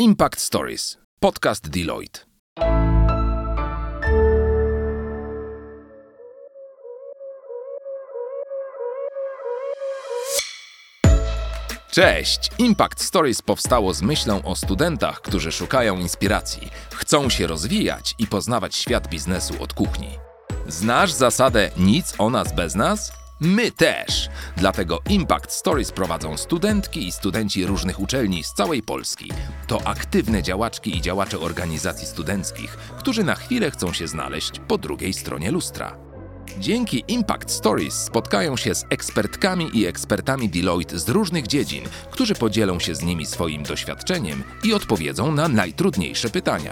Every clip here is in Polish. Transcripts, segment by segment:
Impact Stories, podcast Deloitte. Cześć! Impact Stories powstało z myślą o studentach, którzy szukają inspiracji, chcą się rozwijać i poznawać świat biznesu od kuchni. Znasz zasadę nic o nas bez nas? My też! Dlatego Impact Stories prowadzą studentki i studenci różnych uczelni z całej Polski. To aktywne działaczki i działacze organizacji studenckich, którzy na chwilę chcą się znaleźć po drugiej stronie lustra. Dzięki Impact Stories spotkają się z ekspertkami i ekspertami Deloitte z różnych dziedzin, którzy podzielą się z nimi swoim doświadczeniem i odpowiedzą na najtrudniejsze pytania.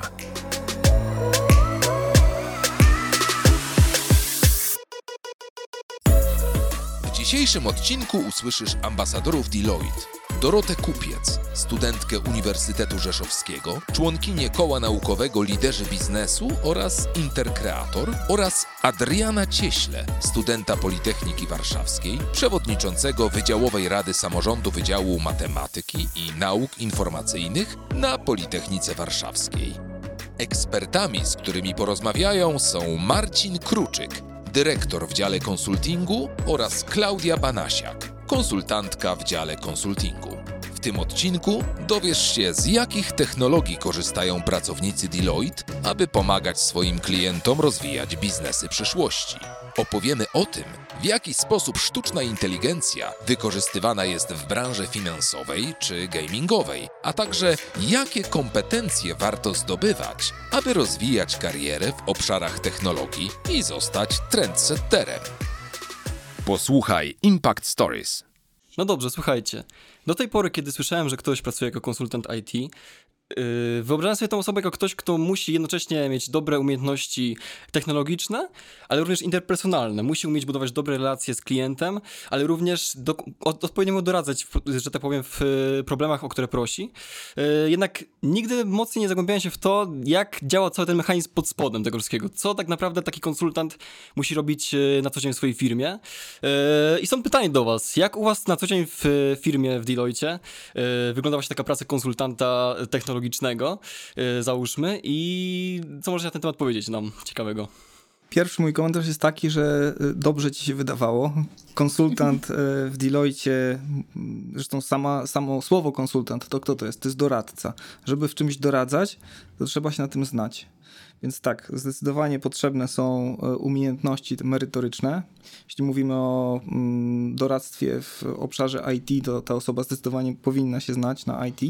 W dzisiejszym odcinku usłyszysz ambasadorów Deloitte: Dorotę Kupiec, studentkę Uniwersytetu Rzeszowskiego, członkinię Koła Naukowego Liderzy Biznesu oraz Interkreator, oraz Adriana Cieśle, studenta Politechniki Warszawskiej, przewodniczącego Wydziałowej Rady Samorządu Wydziału Matematyki i Nauk Informacyjnych na Politechnice Warszawskiej. Ekspertami, z którymi porozmawiają, są Marcin Kruczyk, dyrektor w dziale konsultingu, oraz Klaudia Banasiak, konsultantka w dziale konsultingu. W tym odcinku dowiesz się, z jakich technologii korzystają pracownicy Deloitte, aby pomagać swoim klientom rozwijać biznesy przyszłości. Opowiemy o tym, w jaki sposób sztuczna inteligencja wykorzystywana jest w branży finansowej czy gamingowej, a także jakie kompetencje warto zdobywać, aby rozwijać karierę w obszarach technologii i zostać trendsetterem. Posłuchaj Impact Stories. No dobrze, słuchajcie. Do tej pory, kiedy słyszałem, że ktoś pracuje jako konsultant IT, wyobrażam sobie tę osobę jako ktoś, kto musi jednocześnie mieć dobre umiejętności technologiczne, ale również interpersonalne. Musi umieć budować dobre relacje z klientem, ale również odpowiednio mu doradzać, że tak powiem, w problemach, o które prosi. Jednak nigdy mocniej nie zagłębiałem się w to, jak działa cały ten mechanizm pod spodem tego wszystkiego. Co tak naprawdę taki konsultant musi robić na co dzień w swojej firmie. I są pytania do was. Jak u was na co dzień w firmie, w Deloitte wygląda właśnie taka praca konsultanta technologicznego, załóżmy, i co możesz na ten temat powiedzieć nam ciekawego? Pierwszy mój komentarz jest taki, że dobrze ci się wydawało. Konsultant w Deloitte, zresztą samo słowo konsultant, to kto to jest? To jest doradca. Żeby w czymś doradzać, to trzeba się na tym znać. Więc tak, zdecydowanie potrzebne są umiejętności merytoryczne. Jeśli mówimy o doradztwie w obszarze IT, to ta osoba zdecydowanie powinna się znać na IT.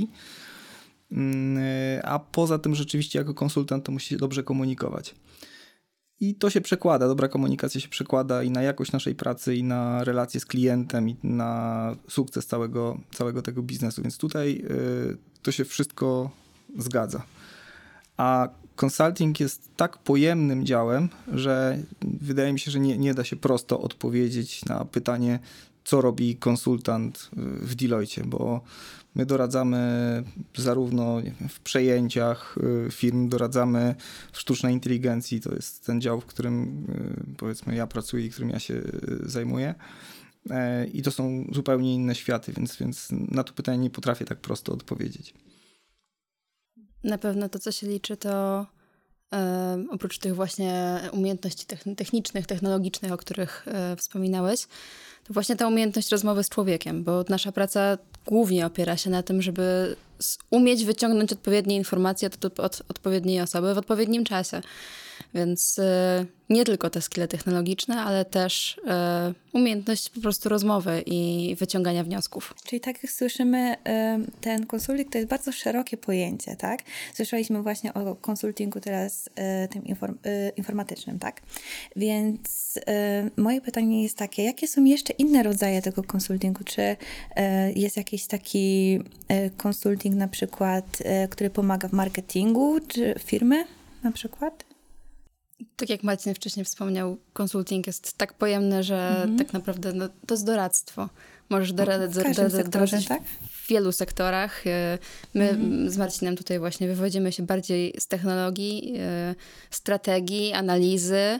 A poza tym rzeczywiście jako konsultant to musi się dobrze komunikować. I to się przekłada, dobra komunikacja się przekłada i na jakość naszej pracy, i na relacje z klientem, i na sukces całego tego biznesu. Więc tutaj to się wszystko zgadza. A consulting jest tak pojemnym działem, że wydaje mi się, że nie da się prosto odpowiedzieć na pytanie, co robi konsultant w Deloitte, bo my doradzamy zarówno w przejęciach firm, doradzamy w sztucznej inteligencji, to jest ten dział, w którym powiedzmy ja pracuję i którym ja się zajmuję. I to są zupełnie inne światy, więc na to pytanie nie potrafię tak prosto odpowiedzieć. Na pewno to, co się liczy, to oprócz tych właśnie umiejętności technicznych, technologicznych, o których wspominałeś, to właśnie ta umiejętność rozmowy z człowiekiem, bo nasza praca głównie opiera się na tym, żeby umieć wyciągnąć odpowiednie informacje od odpowiedniej osoby w odpowiednim czasie. Więc nie tylko te skille technologiczne, ale też umiejętność po prostu rozmowy i wyciągania wniosków. Czyli tak jak słyszymy, ten konsulting to jest bardzo szerokie pojęcie, tak? Słyszeliśmy właśnie o konsultingu teraz tym informatycznym, tak? Więc moje pytanie jest takie, jakie są jeszcze inne rodzaje tego konsultingu? Czy jest jakiś taki konsulting na przykład, który pomaga w marketingu, czy firmy na przykład? Tak jak Marcin wcześniej wspomniał, konsulting jest tak pojemny, że tak naprawdę to jest doradztwo. Możesz doradzać tak? W wielu sektorach. My z Marcinem tutaj właśnie wywodzimy się bardziej z technologii, strategii, analizy,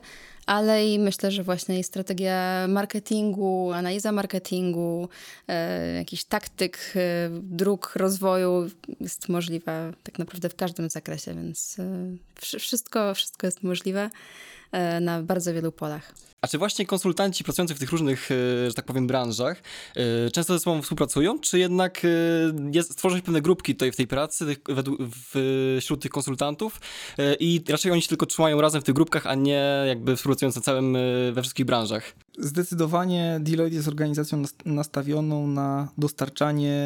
ale i myślę, że właśnie i strategia marketingu, analiza marketingu, jakiś taktyk, dróg rozwoju jest możliwa tak naprawdę w każdym zakresie, więc wszystko jest możliwe na bardzo wielu polach. A czy właśnie konsultanci pracujący w tych różnych, że tak powiem, branżach często ze sobą współpracują, czy jednak stworzą się pewne grupki tutaj w tej pracy wśród tych konsultantów i raczej oni się tylko trzymają razem w tych grupkach, a nie jakby współpracując we wszystkich branżach? Zdecydowanie Deloitte jest organizacją nastawioną na dostarczanie,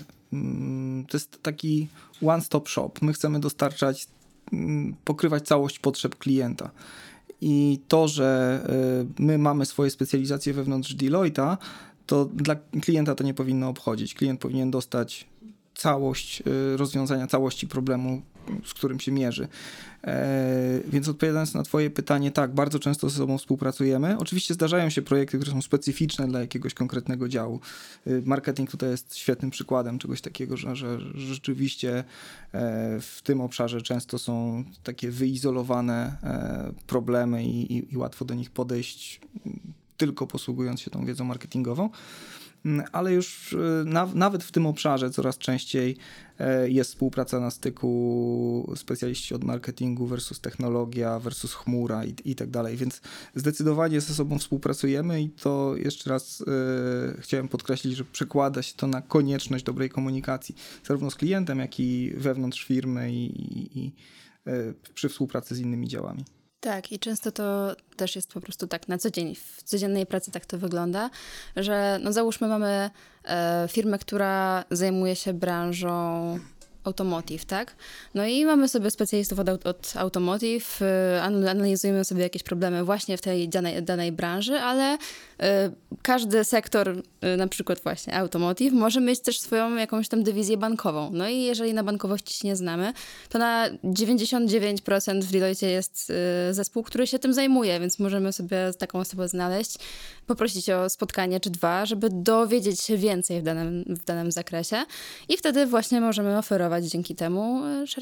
to jest taki one-stop shop. My chcemy dostarczać, pokrywać całość potrzeb klienta. I to, że my mamy swoje specjalizacje wewnątrz Deloitte'a, to dla klienta to nie powinno obchodzić. Klient powinien dostać całość rozwiązania, całości problemu, z którym się mierzy. Więc odpowiadając na twoje pytanie, tak, bardzo często ze sobą współpracujemy. Oczywiście zdarzają się projekty, które są specyficzne dla jakiegoś konkretnego działu. Marketing tutaj jest świetnym przykładem czegoś takiego, że rzeczywiście w tym obszarze często są takie wyizolowane problemy i łatwo do nich podejść tylko posługując się tą wiedzą marketingową. Ale już nawet w tym obszarze coraz częściej jest współpraca na styku specjaliści od marketingu versus technologia, versus chmura i tak dalej, więc zdecydowanie ze sobą współpracujemy i to jeszcze raz chciałem podkreślić, że przekłada się to na konieczność dobrej komunikacji zarówno z klientem, jak i wewnątrz firmy i przy współpracy z innymi działami. Tak, i często to też jest po prostu tak na co dzień. W codziennej pracy tak to wygląda, że no załóżmy mamy firmę, która zajmuje się branżą automotive, tak? No i mamy sobie specjalistów od automotive, analizujemy sobie jakieś problemy właśnie w tej danej branży, ale każdy sektor, na przykład właśnie automotive, może mieć też swoją jakąś tam dywizję bankową. No i jeżeli na bankowości się nie znamy, to na 99% w Deloitte jest zespół, który się tym zajmuje, więc możemy sobie taką osobę znaleźć, poprosić o spotkanie czy dwa, żeby dowiedzieć się więcej w danym zakresie i wtedy właśnie możemy oferować dzięki temu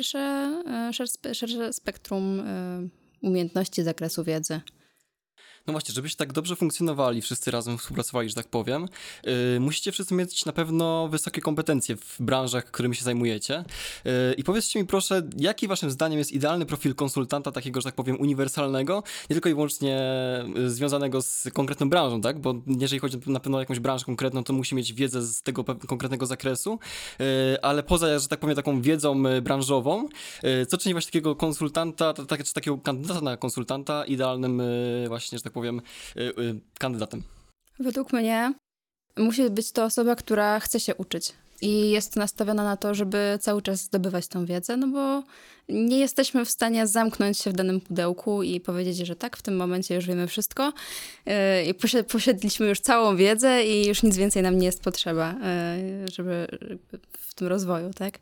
szersze spektrum umiejętności, zakresu wiedzy. No właśnie, żebyście tak dobrze funkcjonowali, wszyscy razem współpracowali, że tak powiem, musicie wszyscy mieć na pewno wysokie kompetencje w branżach, którymi się zajmujecie. I powiedzcie mi proszę, jaki waszym zdaniem jest idealny profil konsultanta takiego, że tak powiem, uniwersalnego, nie tylko i wyłącznie związanego z konkretną branżą, tak? Bo jeżeli chodzi na pewno o jakąś branżę konkretną, to musi mieć wiedzę z tego konkretnego zakresu, ale poza, że tak powiem, taką wiedzą branżową, co czyni właśnie takiego konsultanta, czy takiego kandydata na konsultanta idealnym właśnie, że tak powiem, kandydatem? Według mnie musi być to osoba, która chce się uczyć i jest nastawiona na to, żeby cały czas zdobywać tą wiedzę, no bo nie jesteśmy w stanie zamknąć się w danym pudełku i powiedzieć, że tak, w tym momencie już wiemy wszystko i posiedliśmy już całą wiedzę i już nic więcej nam nie jest potrzeba, żeby w tym rozwoju, tak?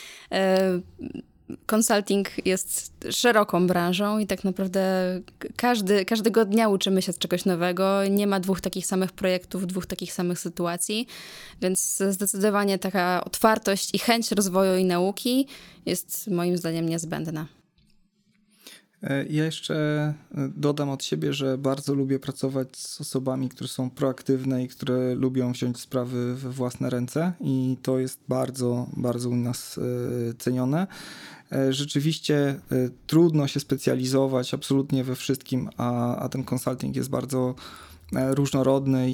Consulting jest szeroką branżą i tak naprawdę każdego dnia uczymy się czegoś nowego. Nie ma dwóch takich samych projektów, dwóch takich samych sytuacji, więc zdecydowanie taka otwartość i chęć rozwoju i nauki jest moim zdaniem niezbędna. Ja jeszcze dodam od siebie, że bardzo lubię pracować z osobami, które są proaktywne i które lubią wziąć sprawy we własne ręce i to jest bardzo, bardzo u nas cenione. Rzeczywiście trudno się specjalizować absolutnie we wszystkim, a ten consulting jest bardzo różnorodny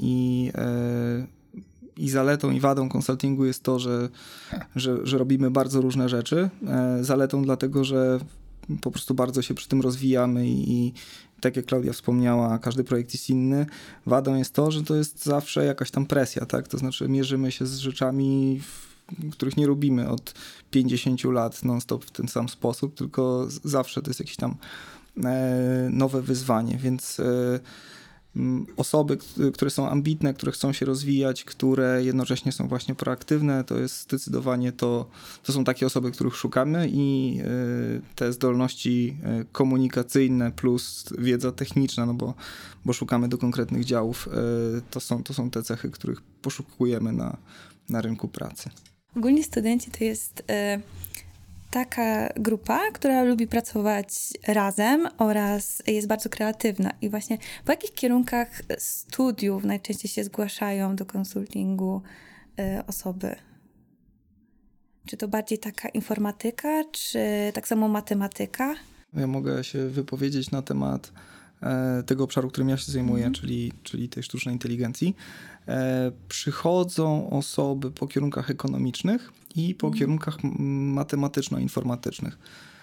i zaletą i wadą konsultingu jest to, że robimy bardzo różne rzeczy. Zaletą dlatego, że po prostu bardzo się przy tym rozwijamy i tak jak Klaudia wspomniała, każdy projekt jest inny. Wadą jest to, że to jest zawsze jakaś tam presja, tak? To znaczy mierzymy się z rzeczami, których nie robimy od 50 lat non-stop w ten sam sposób, tylko zawsze to jest jakieś tam nowe wyzwanie, więc osoby, które są ambitne, które chcą się rozwijać, które jednocześnie są właśnie proaktywne, to jest zdecydowanie to są takie osoby, których szukamy i te zdolności komunikacyjne plus wiedza techniczna, no bo szukamy do konkretnych działów, to są te cechy, których poszukujemy na rynku pracy. Ogólnie studenci to jest taka grupa, która lubi pracować razem oraz jest bardzo kreatywna. I właśnie po jakich kierunkach studiów najczęściej się zgłaszają do konsultingu osoby? Czy to bardziej taka informatyka, czy tak samo matematyka? Ja mogę się wypowiedzieć na temat tego obszaru, którym ja się zajmuję, czyli tej sztucznej inteligencji. Przychodzą osoby po kierunkach ekonomicznych i po kierunkach matematyczno-informatycznych.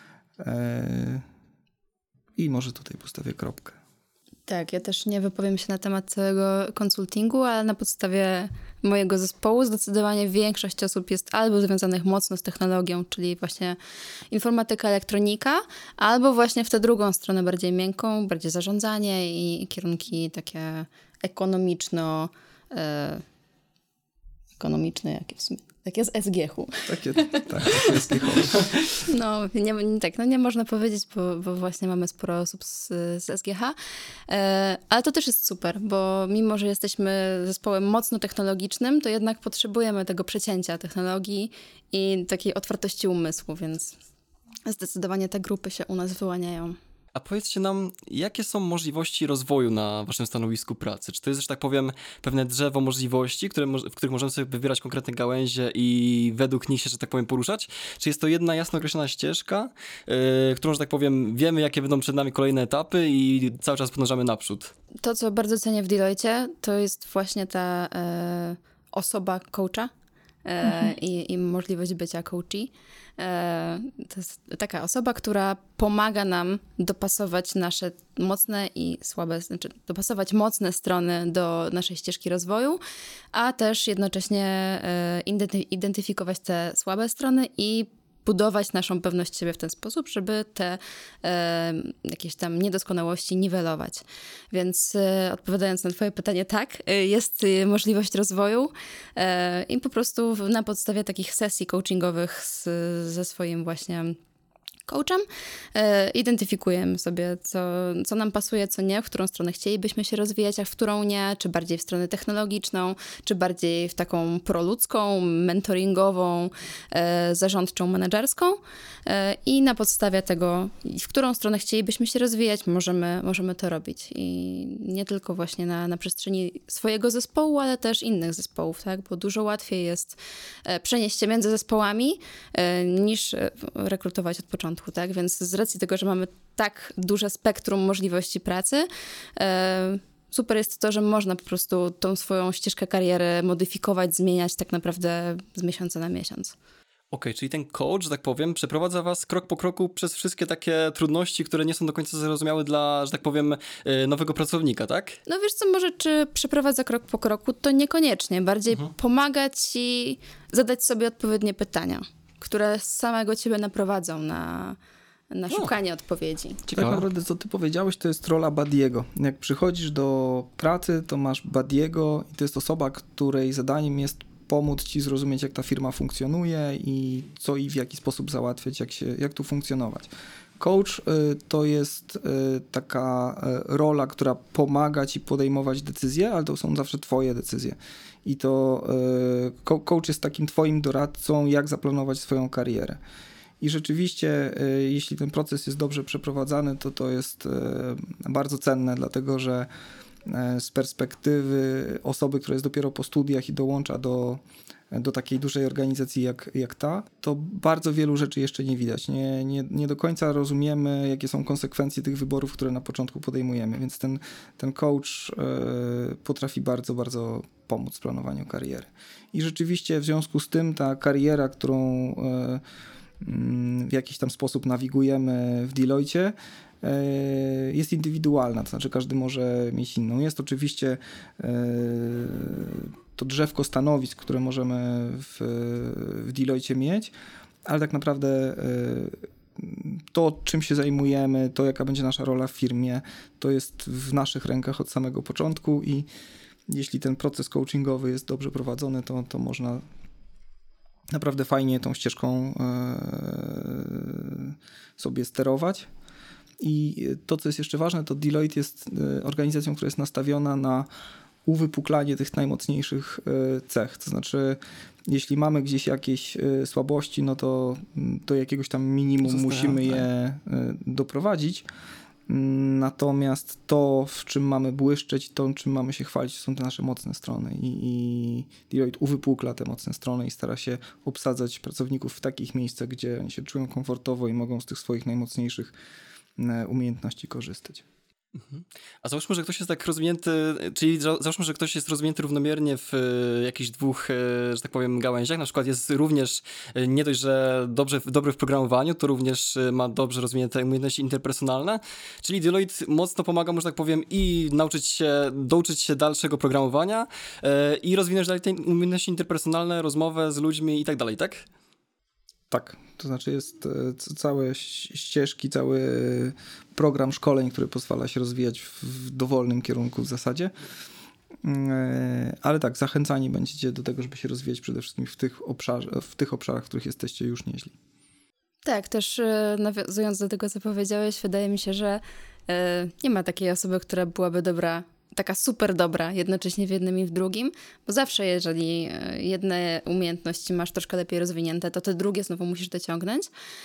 I może tutaj postawię kropkę. Tak, ja też nie wypowiem się na temat całego konsultingu, ale na podstawie mojego zespołu zdecydowanie większość osób jest albo związanych mocno z technologią, czyli właśnie informatyka, elektronika, albo właśnie w tę drugą stronę bardziej miękką, bardziej zarządzanie i kierunki takie ekonomiczne, jakie w sumie, takie z SGH-u. Takie SGH. Nie można powiedzieć, bo właśnie mamy sporo osób z SGH, ale to też jest super, bo mimo, że jesteśmy zespołem mocno technologicznym, to jednak potrzebujemy tego przecięcia technologii i takiej otwartości umysłu, więc zdecydowanie te grupy się u nas wyłaniają. A powiedzcie nam, jakie są możliwości rozwoju na waszym stanowisku pracy? Czy to jest, że tak powiem, pewne drzewo możliwości, w których możemy sobie wybierać konkretne gałęzie i według nich się, że tak powiem, poruszać? Czy jest to jedna jasno określona ścieżka, którą, że tak powiem, wiemy, jakie będą przed nami kolejne etapy i cały czas podążamy naprzód? To, co bardzo cenię w Deloitte, to jest właśnie ta osoba coacha. I możliwość bycia coachi. To jest taka osoba, która pomaga nam dopasować nasze mocne i słabe, znaczy dopasować mocne strony do naszej ścieżki rozwoju, a też jednocześnie identyfikować te słabe strony i budować naszą pewność siebie w ten sposób, żeby te jakieś tam niedoskonałości niwelować. Więc odpowiadając na twoje pytanie, tak, jest możliwość rozwoju i po prostu na podstawie takich sesji coachingowych ze swoim właśnie coachem identyfikujemy sobie, co nam pasuje, co nie, w którą stronę chcielibyśmy się rozwijać, a w którą nie, czy bardziej w stronę technologiczną, czy bardziej w taką proludzką, mentoringową, zarządczą, menedżerską i na podstawie tego, w którą stronę chcielibyśmy się rozwijać, możemy to robić. I nie tylko właśnie na przestrzeni swojego zespołu, ale też innych zespołów, tak? Bo dużo łatwiej jest przenieść się między zespołami niż rekrutować od początku. Tak? Więc z racji tego, że mamy tak duże spektrum możliwości pracy, super jest to, że można po prostu tą swoją ścieżkę kariery modyfikować, zmieniać tak naprawdę z miesiąca na miesiąc. Okej, czyli ten coach, że tak powiem, przeprowadza was krok po kroku przez wszystkie takie trudności, które nie są do końca zrozumiałe dla, że tak powiem, nowego pracownika, tak? No wiesz co, może czy przeprowadza krok po kroku, to niekoniecznie. Bardziej pomaga ci zadać sobie odpowiednie pytania, które z samego ciebie naprowadzą na szukanie odpowiedzi. Tak naprawdę, co ty powiedziałeś, to jest rola buddiego. Jak przychodzisz do pracy, to masz buddiego i to jest osoba, której zadaniem jest pomóc ci zrozumieć, jak ta firma funkcjonuje i co i w jaki sposób załatwiać, jak tu funkcjonować. Coach to jest taka rola, która pomaga ci podejmować decyzje, ale to są zawsze twoje decyzje. I to coach jest takim twoim doradcą, jak zaplanować swoją karierę. I rzeczywiście, jeśli ten proces jest dobrze przeprowadzany, to jest bardzo cenne, dlatego że z perspektywy osoby, która jest dopiero po studiach i dołącza do takiej dużej organizacji jak ta, to bardzo wielu rzeczy jeszcze nie widać. Nie do końca rozumiemy, jakie są konsekwencje tych wyborów, które na początku podejmujemy, więc ten coach potrafi bardzo, bardzo pomóc w planowaniu kariery. I rzeczywiście w związku z tym ta kariera, którą w jakiś tam sposób nawigujemy w Deloitte, jest indywidualna, to znaczy każdy może mieć inną. Jest oczywiście to drzewko stanowisk, które możemy w Deloitte mieć, ale tak naprawdę to, czym się zajmujemy, to jaka będzie nasza rola w firmie, to jest w naszych rękach od samego początku i jeśli ten proces coachingowy jest dobrze prowadzony, to można naprawdę fajnie tą ścieżką sobie sterować. I to, co jest jeszcze ważne, to Deloitte jest organizacją, która jest nastawiona na uwypuklanie tych najmocniejszych cech. To znaczy, jeśli mamy gdzieś jakieś słabości, no to do jakiegoś tam minimum musimy je doprowadzić. Natomiast to, w czym mamy błyszczeć, to, czym mamy się chwalić, są te nasze mocne strony. I Deloitte uwypukla te mocne strony i stara się obsadzać pracowników w takich miejscach, gdzie oni się czują komfortowo i mogą z tych swoich najmocniejszych umiejętności korzystać. A załóżmy, że ktoś jest tak rozwinięty, czyli załóżmy, że ktoś jest rozwinięty równomiernie w jakichś dwóch, że tak powiem, gałęziach. Na przykład jest również nie dość, że dobry w programowaniu, to również ma dobrze rozwinięte umiejętności interpersonalne. Czyli Deloitte mocno pomaga, może tak powiem, i douczyć się dalszego programowania i rozwinąć dalej te umiejętności interpersonalne, rozmowę z ludźmi i tak dalej, tak? Tak, to znaczy jest całe ścieżki, cały program szkoleń, który pozwala się rozwijać w dowolnym kierunku w zasadzie. Ale tak, zachęcani będziecie do tego, żeby się rozwijać przede wszystkim w tych obszarach, w których jesteście już nieźli. Tak, też nawiązując do tego, co powiedziałeś, wydaje mi się, że nie ma takiej osoby, która byłaby dobra, taka super dobra jednocześnie w jednym i w drugim, bo zawsze jeżeli jedne umiejętności masz troszkę lepiej rozwinięte, to te drugie znowu musisz dociągnąć,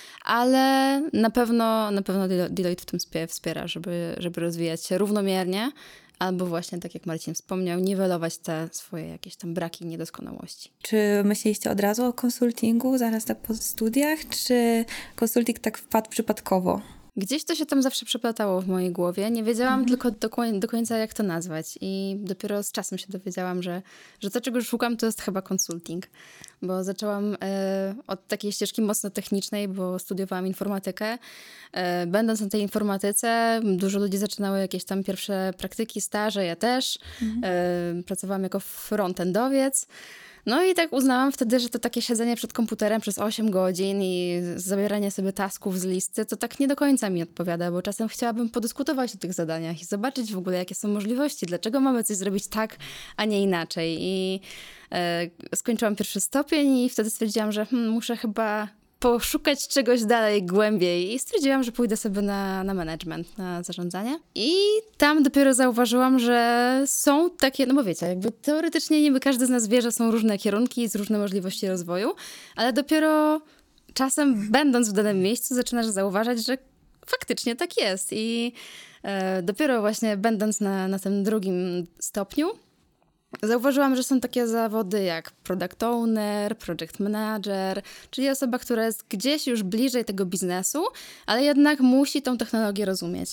ale na pewno Deloitte w tym wspiera, żeby rozwijać się równomiernie, albo właśnie, tak jak Marcin wspomniał, niwelować te swoje jakieś tam braki i niedoskonałości. Czy myśleliście od razu o konsultingu, zaraz tak po studiach, czy konsulting tak wpadł przypadkowo? Gdzieś to się tam zawsze przeplatało w mojej głowie. Nie wiedziałam tylko do końca, jak to nazwać. I dopiero z czasem się dowiedziałam, że to, czego szukam, to jest chyba konsulting. Bo zaczęłam od takiej ścieżki mocno technicznej, bo studiowałam informatykę. Będąc na tej informatyce, dużo ludzi zaczynało jakieś tam pierwsze praktyki, staże, ja też. Pracowałam jako frontendowiec. No i tak uznałam wtedy, że to takie siedzenie przed komputerem przez 8 godzin i zabieranie sobie tasków z listy, to tak nie do końca mi odpowiada, bo czasem chciałabym podyskutować o tych zadaniach i zobaczyć w ogóle, jakie są możliwości, dlaczego mamy coś zrobić tak, a nie inaczej. I skończyłam pierwszy stopień i wtedy stwierdziłam, że muszę chyba poszukać czegoś dalej, głębiej i stwierdziłam, że pójdę sobie na management, na zarządzanie. I tam dopiero zauważyłam, że są takie, no bo wiecie, jakby teoretycznie niby każdy z nas wie, że są różne kierunki z różne możliwości rozwoju, ale dopiero czasem będąc w danym miejscu zaczynasz zauważać, że faktycznie tak jest. I dopiero właśnie będąc na tym drugim stopniu, zauważyłam, że są takie zawody jak product owner, project manager, czyli osoba, która jest gdzieś już bliżej tego biznesu, ale jednak musi tą technologię rozumieć.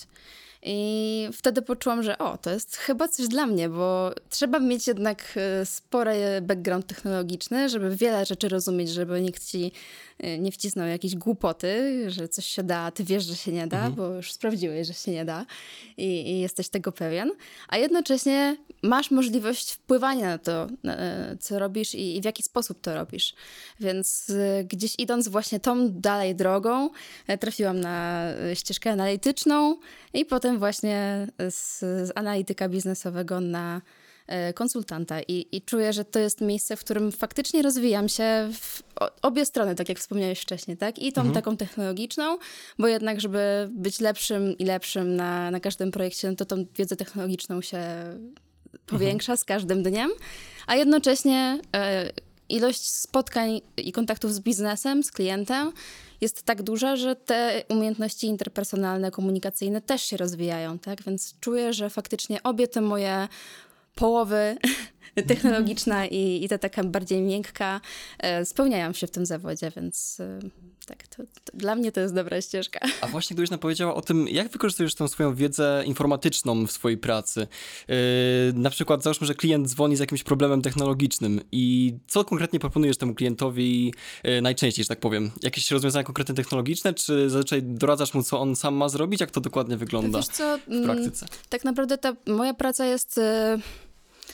I wtedy poczułam, że to jest chyba coś dla mnie, bo trzeba mieć jednak spory background technologiczny, żeby wiele rzeczy rozumieć, żeby nikt ci nie wcisnął jakiejś głupoty, że coś się da, a ty wiesz, że się nie da, bo już sprawdziłeś, że się nie da i jesteś tego pewien. A jednocześnie masz możliwość wpływania na to, co robisz i w jaki sposób to robisz. Więc gdzieś idąc właśnie tą dalej drogą, trafiłam na ścieżkę analityczną i potem właśnie z analityka biznesowego na konsultanta i czuję, że to jest miejsce, w którym faktycznie rozwijam się w obie strony, tak jak wspomniałeś wcześniej, tak? I tą taką technologiczną, bo jednak, żeby być lepszym i lepszym na każdym projekcie, no to tą wiedzę technologiczną się powiększa z każdym dniem, a jednocześnie ilość spotkań i kontaktów z biznesem, z klientem jest tak duża, że te umiejętności interpersonalne, komunikacyjne też się rozwijają, tak? Więc czuję, że faktycznie obie te moje połowy technologiczna i ta taka bardziej miękka spełniają się w tym zawodzie, więc tak, to dla mnie to jest dobra ścieżka. A właśnie gdybyś nam powiedziała o tym, jak wykorzystujesz tą swoją wiedzę informatyczną w swojej pracy. Na przykład załóżmy, że klient dzwoni z jakimś problemem technologicznym i co konkretnie proponujesz temu klientowi najczęściej, że tak powiem? Jakieś rozwiązania konkretne technologiczne, czy zazwyczaj doradzasz mu, co on sam ma zrobić? Jak to dokładnie wygląda Wiesz co, w praktyce? Tak naprawdę ta moja praca jest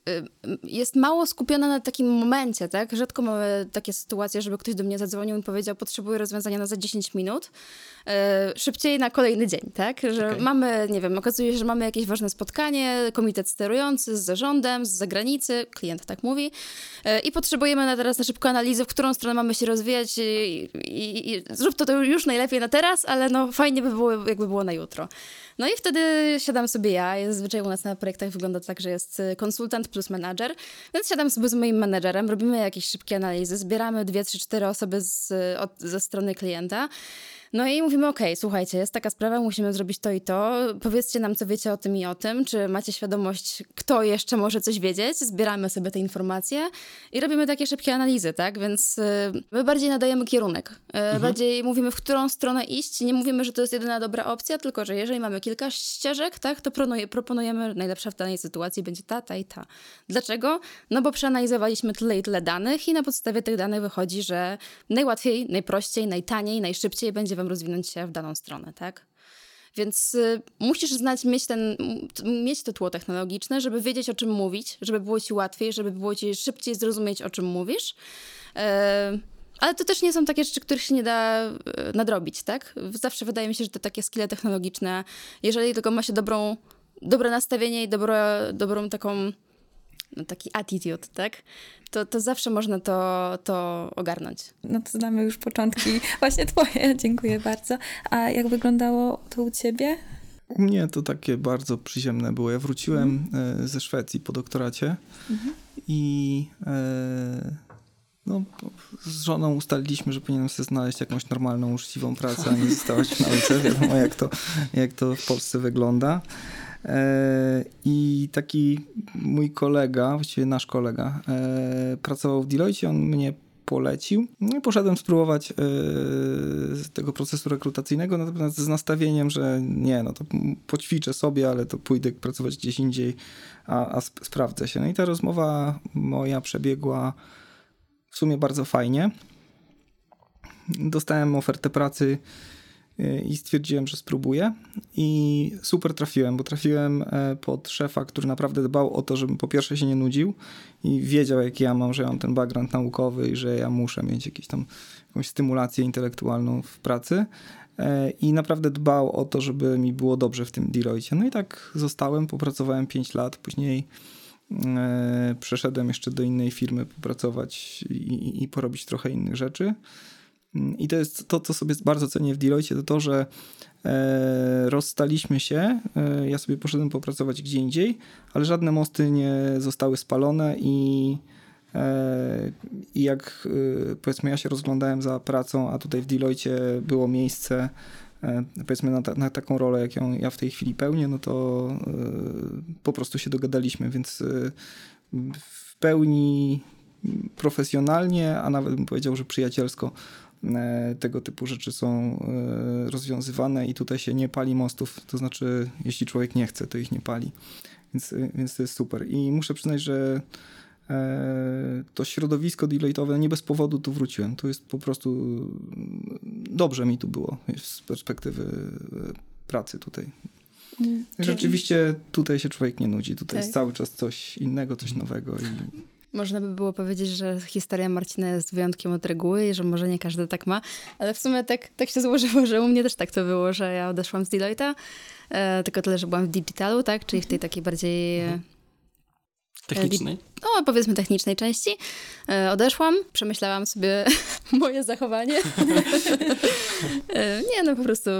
jest mało skupiona na takim momencie, tak? Rzadko mamy takie sytuacje, żeby ktoś do mnie zadzwonił i powiedział, potrzebuję rozwiązania na za 10 minut, szybciej na kolejny dzień, tak? Że mamy, nie wiem, okazuje się, że mamy jakieś ważne spotkanie, komitet sterujący z zarządem, z zagranicy, klient tak mówi, i potrzebujemy teraz na szybko analizy, w którą stronę mamy się rozwijać i zrób to już najlepiej na teraz, ale no fajnie by było, jakby było na jutro. No i wtedy siadam sobie ja, zazwyczaj u nas na projektach wygląda tak, że jest konsultant plus menadżer, więc siadam sobie z moim menadżerem, robimy jakieś szybkie analizy, zbieramy 2, 3, 4 osoby ze strony klienta. No i mówimy, okej, słuchajcie, jest taka sprawa, musimy zrobić to i to, powiedzcie nam, co wiecie o tym i o tym, czy macie świadomość, kto jeszcze może coś wiedzieć, zbieramy sobie te informacje i robimy takie szybkie analizy, tak, więc my bardziej nadajemy kierunek, bardziej mówimy, w którą stronę iść, nie mówimy, że to jest jedyna dobra opcja, tylko, że jeżeli mamy kilka ścieżek, tak, to proponujemy, najlepsza w danej sytuacji będzie ta i ta. Dlaczego? No bo przeanalizowaliśmy tyle i tyle danych i na podstawie tych danych wychodzi, że najłatwiej, najprościej, najtaniej, najszybciej będzie wam rozwinąć się w daną stronę, tak? Więc musisz mieć to tło technologiczne, żeby wiedzieć, o czym mówić, żeby było ci łatwiej, żeby było ci szybciej zrozumieć, o czym mówisz. Ale to też nie są takie rzeczy, których się nie da nadrobić, tak? Zawsze wydaje mi się, że te takie skille technologiczne, jeżeli tylko ma się dobre nastawienie i dobrą taką, no taki attitude, tak? To zawsze można to ogarnąć. No to znamy już początki właśnie twoje, dziękuję bardzo. A jak wyglądało to u ciebie? U mnie to takie bardzo przyziemne było. Ja wróciłem ze Szwecji po doktoracie i no, z żoną ustaliliśmy, że powinienem sobie znaleźć jakąś normalną, uczciwą pracę, a nie zostawać w nauce. Wiadomo, jak to w Polsce wygląda. I taki mój kolega, właściwie nasz kolega, pracował w Deloitte, on mnie polecił. No i poszedłem spróbować tego procesu rekrutacyjnego, natomiast z nastawieniem, że nie, no to poćwiczę sobie, ale to pójdę pracować gdzieś indziej, a sprawdzę się. No i ta rozmowa moja przebiegła w sumie bardzo fajnie. Dostałem ofertę pracy i stwierdziłem, że spróbuję i super trafiłem, bo trafiłem pod szefa, który naprawdę dbał o to, żebym po pierwsze się nie nudził i wiedział, jaki ja mam, że ja mam ten background naukowy i że ja muszę mieć jakąś stymulację intelektualną w pracy i naprawdę dbał o to, żeby mi było dobrze w tym Deloitte. No i tak zostałem, popracowałem 5 lat, później przeszedłem jeszcze do innej firmy popracować i porobić trochę innych rzeczy. I to jest to, co sobie bardzo cenię w Deloitte, to, że rozstaliśmy się, ja sobie poszedłem popracować gdzie indziej, ale żadne mosty nie zostały spalone i jak powiedzmy ja się rozglądałem za pracą, a tutaj w Deloitte było miejsce powiedzmy na taką rolę, jaką ja w tej chwili pełnię, no to po prostu się dogadaliśmy, więc w pełni profesjonalnie, a nawet bym powiedział, że przyjacielsko tego typu rzeczy są rozwiązywane i tutaj się nie pali mostów, to znaczy jeśli człowiek nie chce, to ich nie pali, więc to jest super i muszę przyznać, że to środowisko Deloitte'owe, nie bez powodu tu wróciłem, to jest po prostu dobrze mi tu było z perspektywy pracy tutaj. Rzeczywiście tutaj się człowiek nie nudzi, tutaj jest cały czas coś innego, coś nowego. Można by było powiedzieć, że historia Marcina jest wyjątkiem od reguły i że może nie każdy tak ma, ale w sumie tak się złożyło, że u mnie też tak to było, że ja odeszłam z Deloitte'a, tylko tyle, że byłam w digitalu, tak, czyli w tej takiej bardziej... Technicznej? No, powiedzmy technicznej części. Odeszłam, przemyślałam sobie moje zachowanie. Nie, no po prostu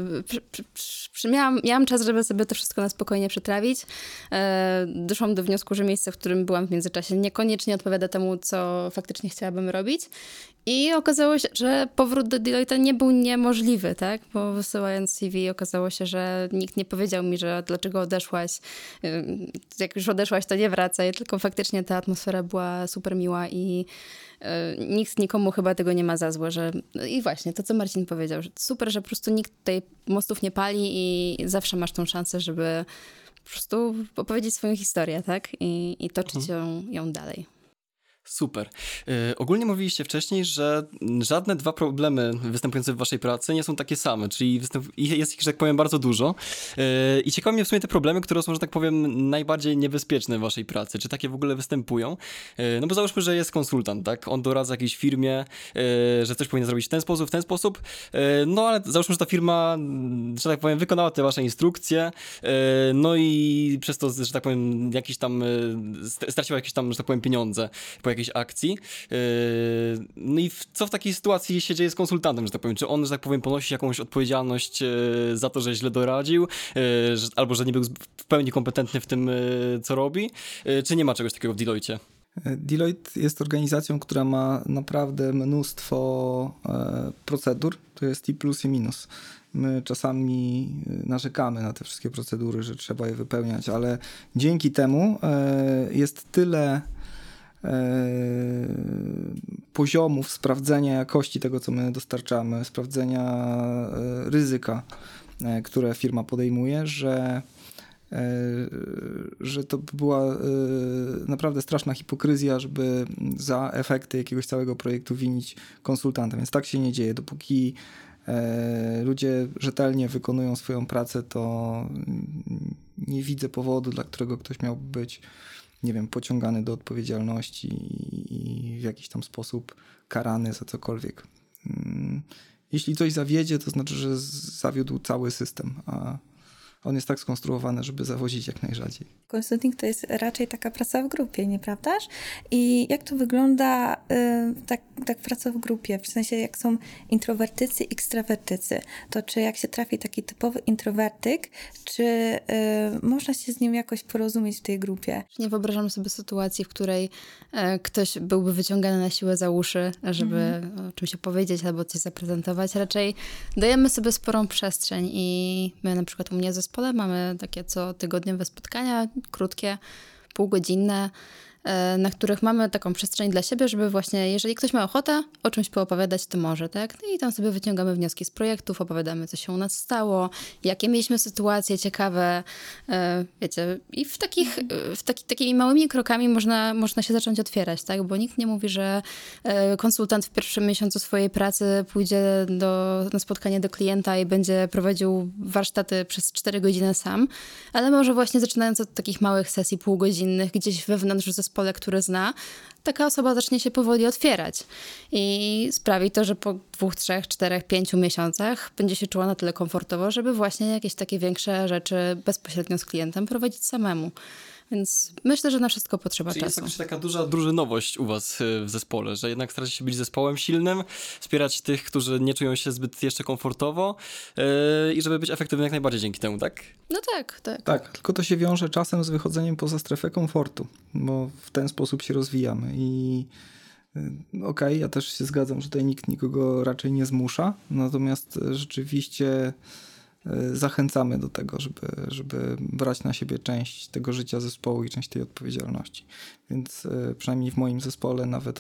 miałam czas, żeby sobie to wszystko na spokojnie przetrawić. Doszłam do wniosku, że miejsce, w którym byłam w międzyczasie, niekoniecznie odpowiada temu, co faktycznie chciałabym robić. I okazało się, że powrót do Deloitte'a nie był niemożliwy, tak? Bo wysyłając CV okazało się, że nikt nie powiedział mi, że dlaczego odeszłaś. Jak już odeszłaś, to nie wracaj, tylko faktycznie ta atmosfera była super miła i nikt nikomu chyba tego nie ma za złe, że... I właśnie, to co Marcin powiedział, że super, że po prostu nikt tutaj mostów nie pali i zawsze masz tą szansę, żeby po prostu opowiedzieć swoją historię, tak? I toczyć ją dalej. Super. Ogólnie mówiliście wcześniej, że żadne dwa problemy występujące w waszej pracy nie są takie same, czyli jest ich, że tak powiem, bardzo dużo. I ciekawe mnie w sumie te problemy, które są, że tak powiem, najbardziej niebezpieczne w waszej pracy. Czy takie w ogóle występują? No bo załóżmy, że jest konsultant, tak? On doradza jakiejś firmie, że coś powinien zrobić w ten sposób, no ale załóżmy, że ta firma, że tak powiem, wykonała te wasze instrukcje, no i przez to, że tak powiem, jakiś tam straciła jakieś tam, że tak powiem, pieniądze po jakiejś akcji. No i co w takiej sytuacji się dzieje z konsultantem, że tak powiem? Czy on, że tak powiem, ponosi jakąś odpowiedzialność za to, że źle doradził, albo że nie był w pełni kompetentny w tym, co robi? Czy nie ma czegoś takiego w Deloitte? Deloitte jest organizacją, która ma naprawdę mnóstwo procedur. To jest i plus, i minus. My czasami narzekamy na te wszystkie procedury, że trzeba je wypełniać, ale dzięki temu jest tyle poziomów sprawdzenia jakości tego, co my dostarczamy, sprawdzenia ryzyka, które firma podejmuje, że to by była naprawdę straszna hipokryzja, żeby za efekty jakiegoś całego projektu winić konsultanta. Więc tak się nie dzieje. Dopóki ludzie rzetelnie wykonują swoją pracę, to nie widzę powodu, dla którego ktoś miałby być, nie wiem, pociągany do odpowiedzialności i w jakiś tam sposób karany za cokolwiek. Jeśli coś zawiedzie, to znaczy, że zawiódł cały system, a on jest tak skonstruowany, żeby zawozić jak najrzadziej. Consulting to jest raczej taka praca w grupie, nieprawdaż? I jak to wygląda tak praca w grupie? W sensie jak są introwertycy, ekstrawertycy, to czy jak się trafi taki typowy introwertyk, czy można się z nim jakoś porozumieć w tej grupie? Nie wyobrażam sobie sytuacji, w której ktoś byłby wyciągany na siłę za uszy, żeby o czymś opowiedzieć albo coś zaprezentować. Raczej dajemy sobie sporą przestrzeń i my na przykład u mnie w zespole mamy takie cotygodniowe spotkania, krótkie, półgodzinne, na których mamy taką przestrzeń dla siebie, żeby właśnie, jeżeli ktoś ma ochotę o czymś poopowiadać, to może, tak? No i tam sobie wyciągamy wnioski z projektów, opowiadamy, co się u nas stało, jakie mieliśmy sytuacje ciekawe, wiecie, i takimi małymi krokami można się zacząć otwierać, tak? Bo nikt nie mówi, że konsultant w pierwszym miesiącu swojej pracy pójdzie na spotkanie do klienta i będzie prowadził warsztaty przez 4 godziny sam, ale może właśnie zaczynając od takich małych sesji półgodzinnych, gdzieś wewnątrz zespole, który zna, taka osoba zacznie się powoli otwierać i sprawi to, że po 2, 3, 4, 5 miesiącach będzie się czuła na tyle komfortowo, żeby właśnie jakieś takie większe rzeczy bezpośrednio z klientem prowadzić samemu. Więc myślę, że na wszystko potrzeba Czyli czasu. jest taka duża drużynowość u was w zespole, że jednak staracie się być zespołem silnym, wspierać tych, którzy nie czują się zbyt jeszcze komfortowo i żeby być efektywnym jak najbardziej dzięki temu, tak? No tak. Tak, tylko to się wiąże czasem z wychodzeniem poza strefę komfortu, bo w ten sposób się rozwijamy i okej, ja też się zgadzam, że tutaj nikt nikogo raczej nie zmusza, natomiast rzeczywiście zachęcamy do tego, żeby brać na siebie część tego życia zespołu i część tej odpowiedzialności. Więc przynajmniej w moim zespole nawet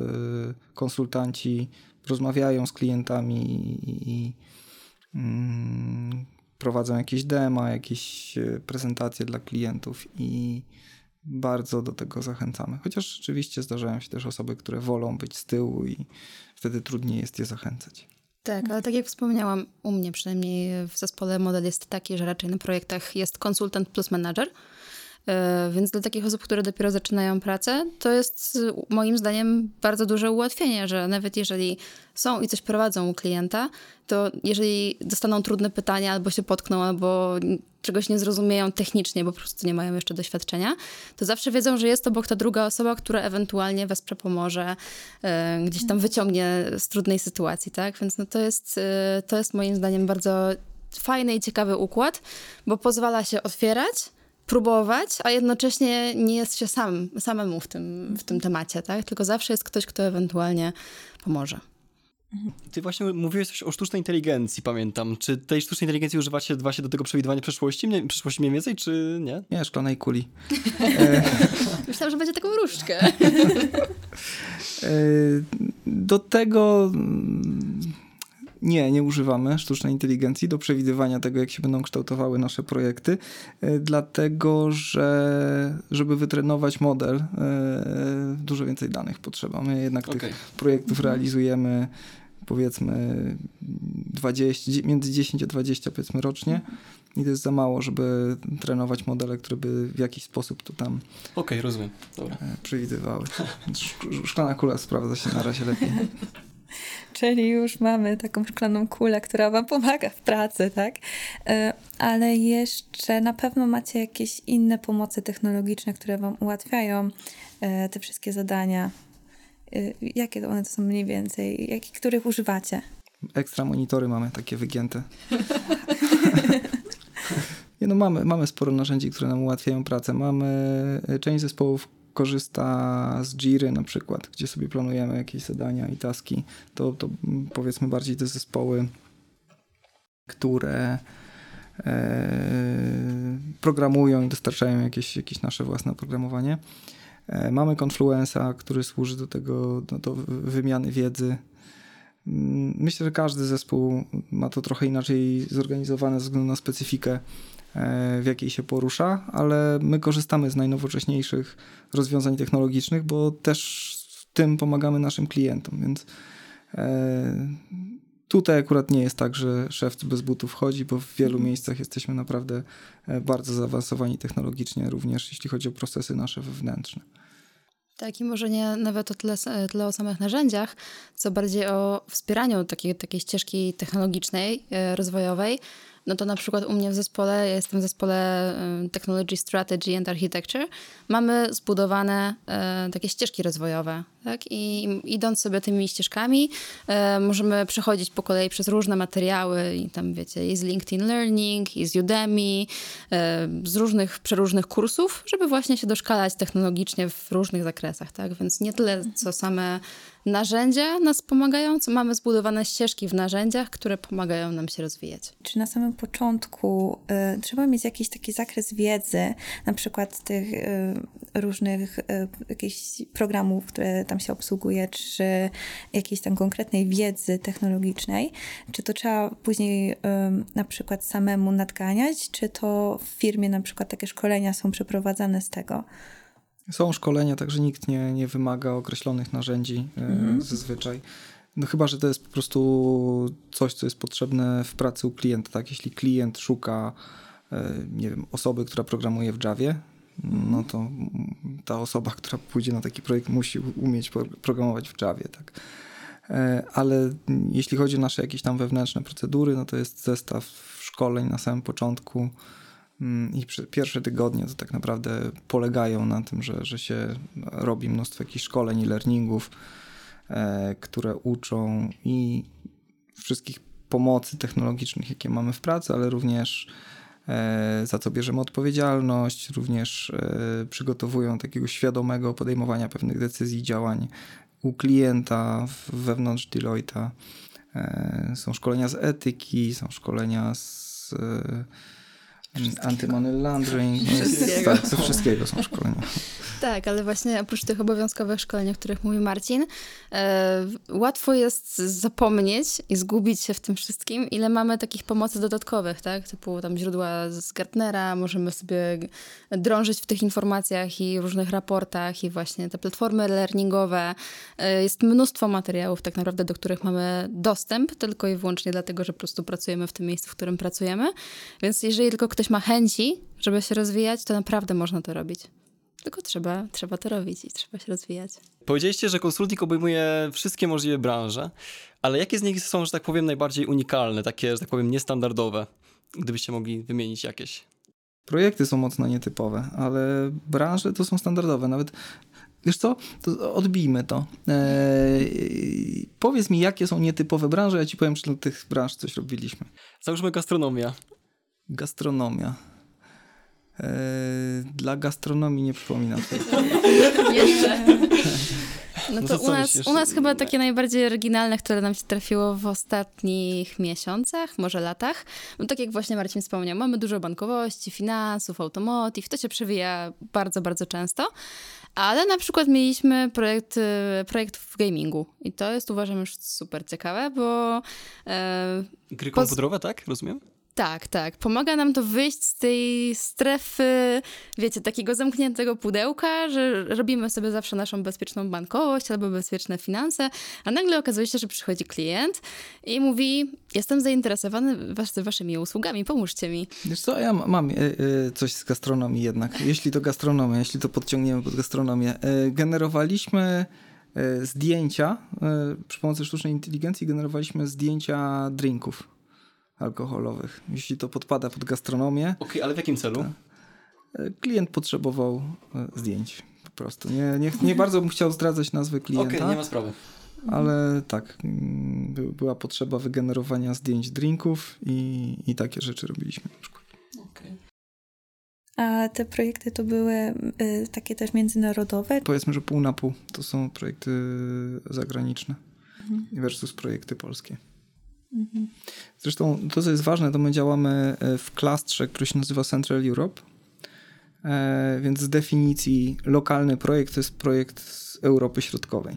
konsultanci rozmawiają z klientami i prowadzą jakieś dema, jakieś prezentacje dla klientów i bardzo do tego zachęcamy. Chociaż rzeczywiście zdarzają się też osoby, które wolą być z tyłu i wtedy trudniej jest je zachęcać. Tak, ale tak jak wspomniałam, u mnie przynajmniej w zespole model jest taki, że raczej na projektach jest konsultant plus menadżer, więc dla takich osób, które dopiero zaczynają pracę, to jest moim zdaniem bardzo duże ułatwienie, że nawet jeżeli są i coś prowadzą u klienta, to jeżeli dostaną trudne pytania albo się potkną, albo czegoś nie zrozumieją technicznie, bo po prostu nie mają jeszcze doświadczenia, to zawsze wiedzą, że jest obok ta druga osoba, która ewentualnie wesprze, pomoże, gdzieś tam wyciągnie z trudnej sytuacji, tak? Więc no to jest moim zdaniem bardzo fajny i ciekawy układ, bo pozwala się otwierać, próbować, a jednocześnie nie jest się samemu w tym temacie, tak? Tylko zawsze jest ktoś, kto ewentualnie pomoże. Ty właśnie mówiłeś coś o sztucznej inteligencji, pamiętam. Czy tej sztucznej inteligencji używacie do tego przewidywania przyszłości mniej więcej, czy nie? Nie, szklanej kuli. Myślałam, że będzie taką różdżkę. Do tego Nie używamy sztucznej inteligencji do przewidywania tego, jak się będą kształtowały nasze projekty, dlatego że żeby wytrenować model, dużo więcej danych potrzeba. My jednak tych projektów realizujemy powiedzmy między 10 a 20 powiedzmy rocznie i to jest za mało, żeby trenować modele, które by w jakiś sposób to tam rozumiem. Dobra. Przewidywały. Szklana kula sprawdza się na razie lepiej. Czyli już mamy taką szklaną kulę, która wam pomaga w pracy, tak? Ale jeszcze na pewno macie jakieś inne pomocy technologiczne, które wam ułatwiają te wszystkie zadania. Jakie one to są mniej więcej? Których używacie? Ekstra monitory mamy takie wygięte. Mamy sporo narzędzi, które nam ułatwiają pracę. Część zespołów korzysta z Jiry na przykład, gdzie sobie planujemy jakieś zadania i taski. To powiedzmy bardziej te zespoły, które programują i dostarczają jakieś nasze własne oprogramowanie. Mamy Confluence'a, który służy do tego, do wymiany wiedzy. Myślę, że każdy zespół ma to trochę inaczej zorganizowane ze względu na specyfikę, w jakiej się porusza, ale my korzystamy z najnowocześniejszych rozwiązań technologicznych, bo też tym pomagamy naszym klientom, więc tutaj akurat nie jest tak, że szewc bez butów chodzi, bo w wielu miejscach jesteśmy naprawdę bardzo zaawansowani technologicznie, również jeśli chodzi o procesy nasze wewnętrzne. Tak, i może nie nawet o tyle o samych narzędziach, co bardziej o wspieraniu takiej ścieżki technologicznej, rozwojowej. No to na przykład u mnie w zespole, ja jestem w zespole Technology Strategy and Architecture, mamy zbudowane takie ścieżki rozwojowe, tak? I idąc sobie tymi ścieżkami, możemy przechodzić po kolei przez różne materiały i tam wiecie, i z LinkedIn Learning, i z Udemy, z przeróżnych kursów, żeby właśnie się doszkalać technologicznie w różnych zakresach, tak? Więc nie tyle, co same narzędzia nas pomagają, co mamy zbudowane ścieżki w narzędziach, które pomagają nam się rozwijać. Czy na samym początku trzeba mieć jakiś taki zakres wiedzy, na przykład tych różnych jakichś programów, które tam się obsługuje, czy jakiejś tam konkretnej wiedzy technologicznej? Czy to trzeba później na przykład samemu nadganiać, czy to w firmie na przykład takie szkolenia są przeprowadzane z tego? Są szkolenia, także nikt nie wymaga określonych narzędzi zazwyczaj. No chyba, że to jest po prostu coś, co jest potrzebne w pracy u klienta. Tak? Jeśli klient szuka, nie wiem, osoby, która programuje w Javie, no to ta osoba, która pójdzie na taki projekt, musi umieć programować w Javie. Tak? Ale jeśli chodzi o nasze jakieś tam wewnętrzne procedury, no to jest zestaw szkoleń na samym początku. I pierwsze tygodnie to tak naprawdę polegają na tym, że się robi mnóstwo jakichś szkoleń i learningów, które uczą i wszystkich pomocy technologicznych, jakie mamy w pracy, ale również za co bierzemy odpowiedzialność, również przygotowują takiego świadomego podejmowania pewnych decyzji i działań u klienta wewnątrz Deloitte'a. Są szkolenia z etyki, są szkolenia z anti-money laundering. Tak, ze wszystkiego są szkolenia. Tak, ale właśnie oprócz tych obowiązkowych szkoleń, o których mówi Marcin, łatwo jest zapomnieć i zgubić się w tym wszystkim, ile mamy takich pomocy dodatkowych, tak? Typu tam źródła z Gartnera, możemy sobie drążyć w tych informacjach i różnych raportach i właśnie te platformy learningowe. Jest mnóstwo materiałów tak naprawdę, do których mamy dostęp, tylko i wyłącznie dlatego, że po prostu pracujemy w tym miejscu, w którym pracujemy. Więc jeżeli tylko ktoś ma chęci, żeby się rozwijać, to naprawdę można to robić. Tylko trzeba to robić i trzeba się rozwijać. Powiedzieliście, że konsulting obejmuje wszystkie możliwe branże, ale jakie z nich są, że tak powiem, najbardziej unikalne, takie, że tak powiem, niestandardowe? Gdybyście mogli wymienić jakieś. Projekty są mocno nietypowe, ale branże to są standardowe. Nawet, wiesz co, to odbijmy to. Powiedz mi, jakie są nietypowe branże, ja ci powiem, czy dla tych branż coś robiliśmy. Załóżmy gastronomia. Gastronomia. Dla gastronomii nie przypominam sobie. Jeszcze. No No to to co myślisz? u nas chyba takie najbardziej oryginalne, które nam się trafiło w ostatnich miesiącach, może latach. No tak jak właśnie Marcin wspomniał, mamy dużo bankowości, finansów, automotive, to się przewija bardzo, bardzo często. Ale na przykład mieliśmy projekt w gamingu i to jest, uważam, już super ciekawe, bo Gry komputerowe, tak? Rozumiem? tak. Pomaga nam to wyjść z tej strefy, wiecie, takiego zamkniętego pudełka, że robimy sobie zawsze naszą bezpieczną bankowość albo bezpieczne finanse, a nagle okazuje się, że przychodzi klient i mówi, jestem zainteresowany waszymi usługami, pomóżcie mi. Wiesz co, ja mam coś z gastronomii jednak. Jeśli to gastronomia, jeśli to podciągniemy pod gastronomię. Generowaliśmy zdjęcia, przy pomocy sztucznej inteligencji generowaliśmy zdjęcia drinków alkoholowych. Jeśli to podpada pod gastronomię. Okej, ale w jakim celu? Klient potrzebował zdjęć po prostu. Nie bardzo bym chciał zdradzać nazwy klienta. Okej, nie ma sprawy. Ale tak, była potrzeba wygenerowania zdjęć drinków i takie rzeczy robiliśmy na przykład. Okay. A te projekty to były takie też międzynarodowe? Powiedzmy, że pół na pół. To są projekty zagraniczne versus projekty polskie. Zresztą to, co jest ważne, to my działamy w klastrze, który się nazywa Central Europe, więc z definicji lokalny projekt to jest projekt z Europy Środkowej.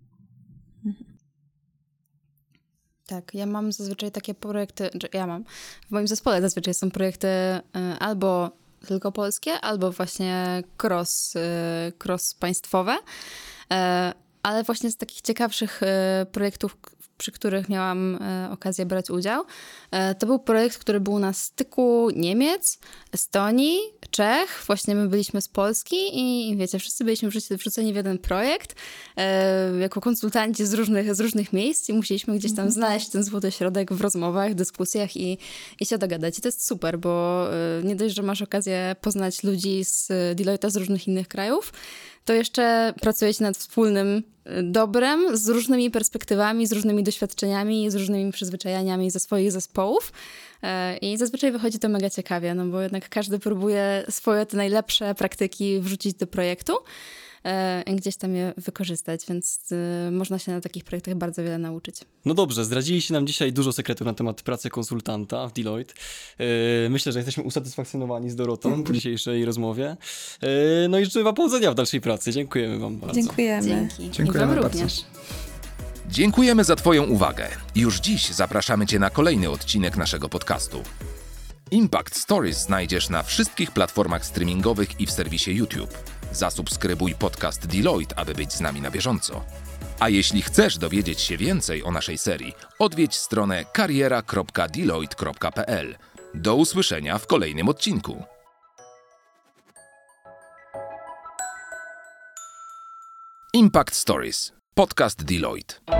Tak, ja mam zazwyczaj takie projekty, w moim zespole zazwyczaj są projekty albo tylko polskie, albo właśnie cross państwowe, ale właśnie z takich ciekawszych projektów, przy których miałam okazję brać udział. To był projekt, który był na styku Niemiec, Estonii, Czech. Właśnie my byliśmy z Polski i wiecie, wszyscy byliśmy wrzuceni w jeden projekt jako konsultanci z różnych miejsc i musieliśmy gdzieś tam znaleźć ten złoty środek w rozmowach, dyskusjach i się dogadać. I to jest super, bo nie dość, że masz okazję poznać ludzi z Deloitte'a z różnych innych krajów, to jeszcze pracujecie nad wspólnym dobrem, z różnymi perspektywami, z różnymi doświadczeniami, z różnymi przyzwyczajeniami ze swoich zespołów. I zazwyczaj wychodzi to mega ciekawie, no bo jednak każdy próbuje swoje te najlepsze praktyki wrzucić do projektu i gdzieś tam je wykorzystać, więc można się na takich projektach bardzo wiele nauczyć. No dobrze, zdradziliście nam dzisiaj dużo sekretów na temat pracy konsultanta w Deloitte. Myślę, że jesteśmy usatysfakcjonowani z Dorotą po dzisiejszej rozmowie. No i życzymy wam powodzenia w dalszej pracy. Dziękujemy wam bardzo. Dziękujemy. Dzięki. Dziękujemy I wam bardzo. również. Dziękujemy za Twoją uwagę. Już dziś zapraszamy Cię na kolejny odcinek naszego podcastu. Impact Stories znajdziesz na wszystkich platformach streamingowych i w serwisie YouTube. Zasubskrybuj podcast Deloitte, aby być z nami na bieżąco. A jeśli chcesz dowiedzieć się więcej o naszej serii, odwiedź stronę kariera.deloitte.pl. Do usłyszenia w kolejnym odcinku. Impact Stories. Podcast Deloitte.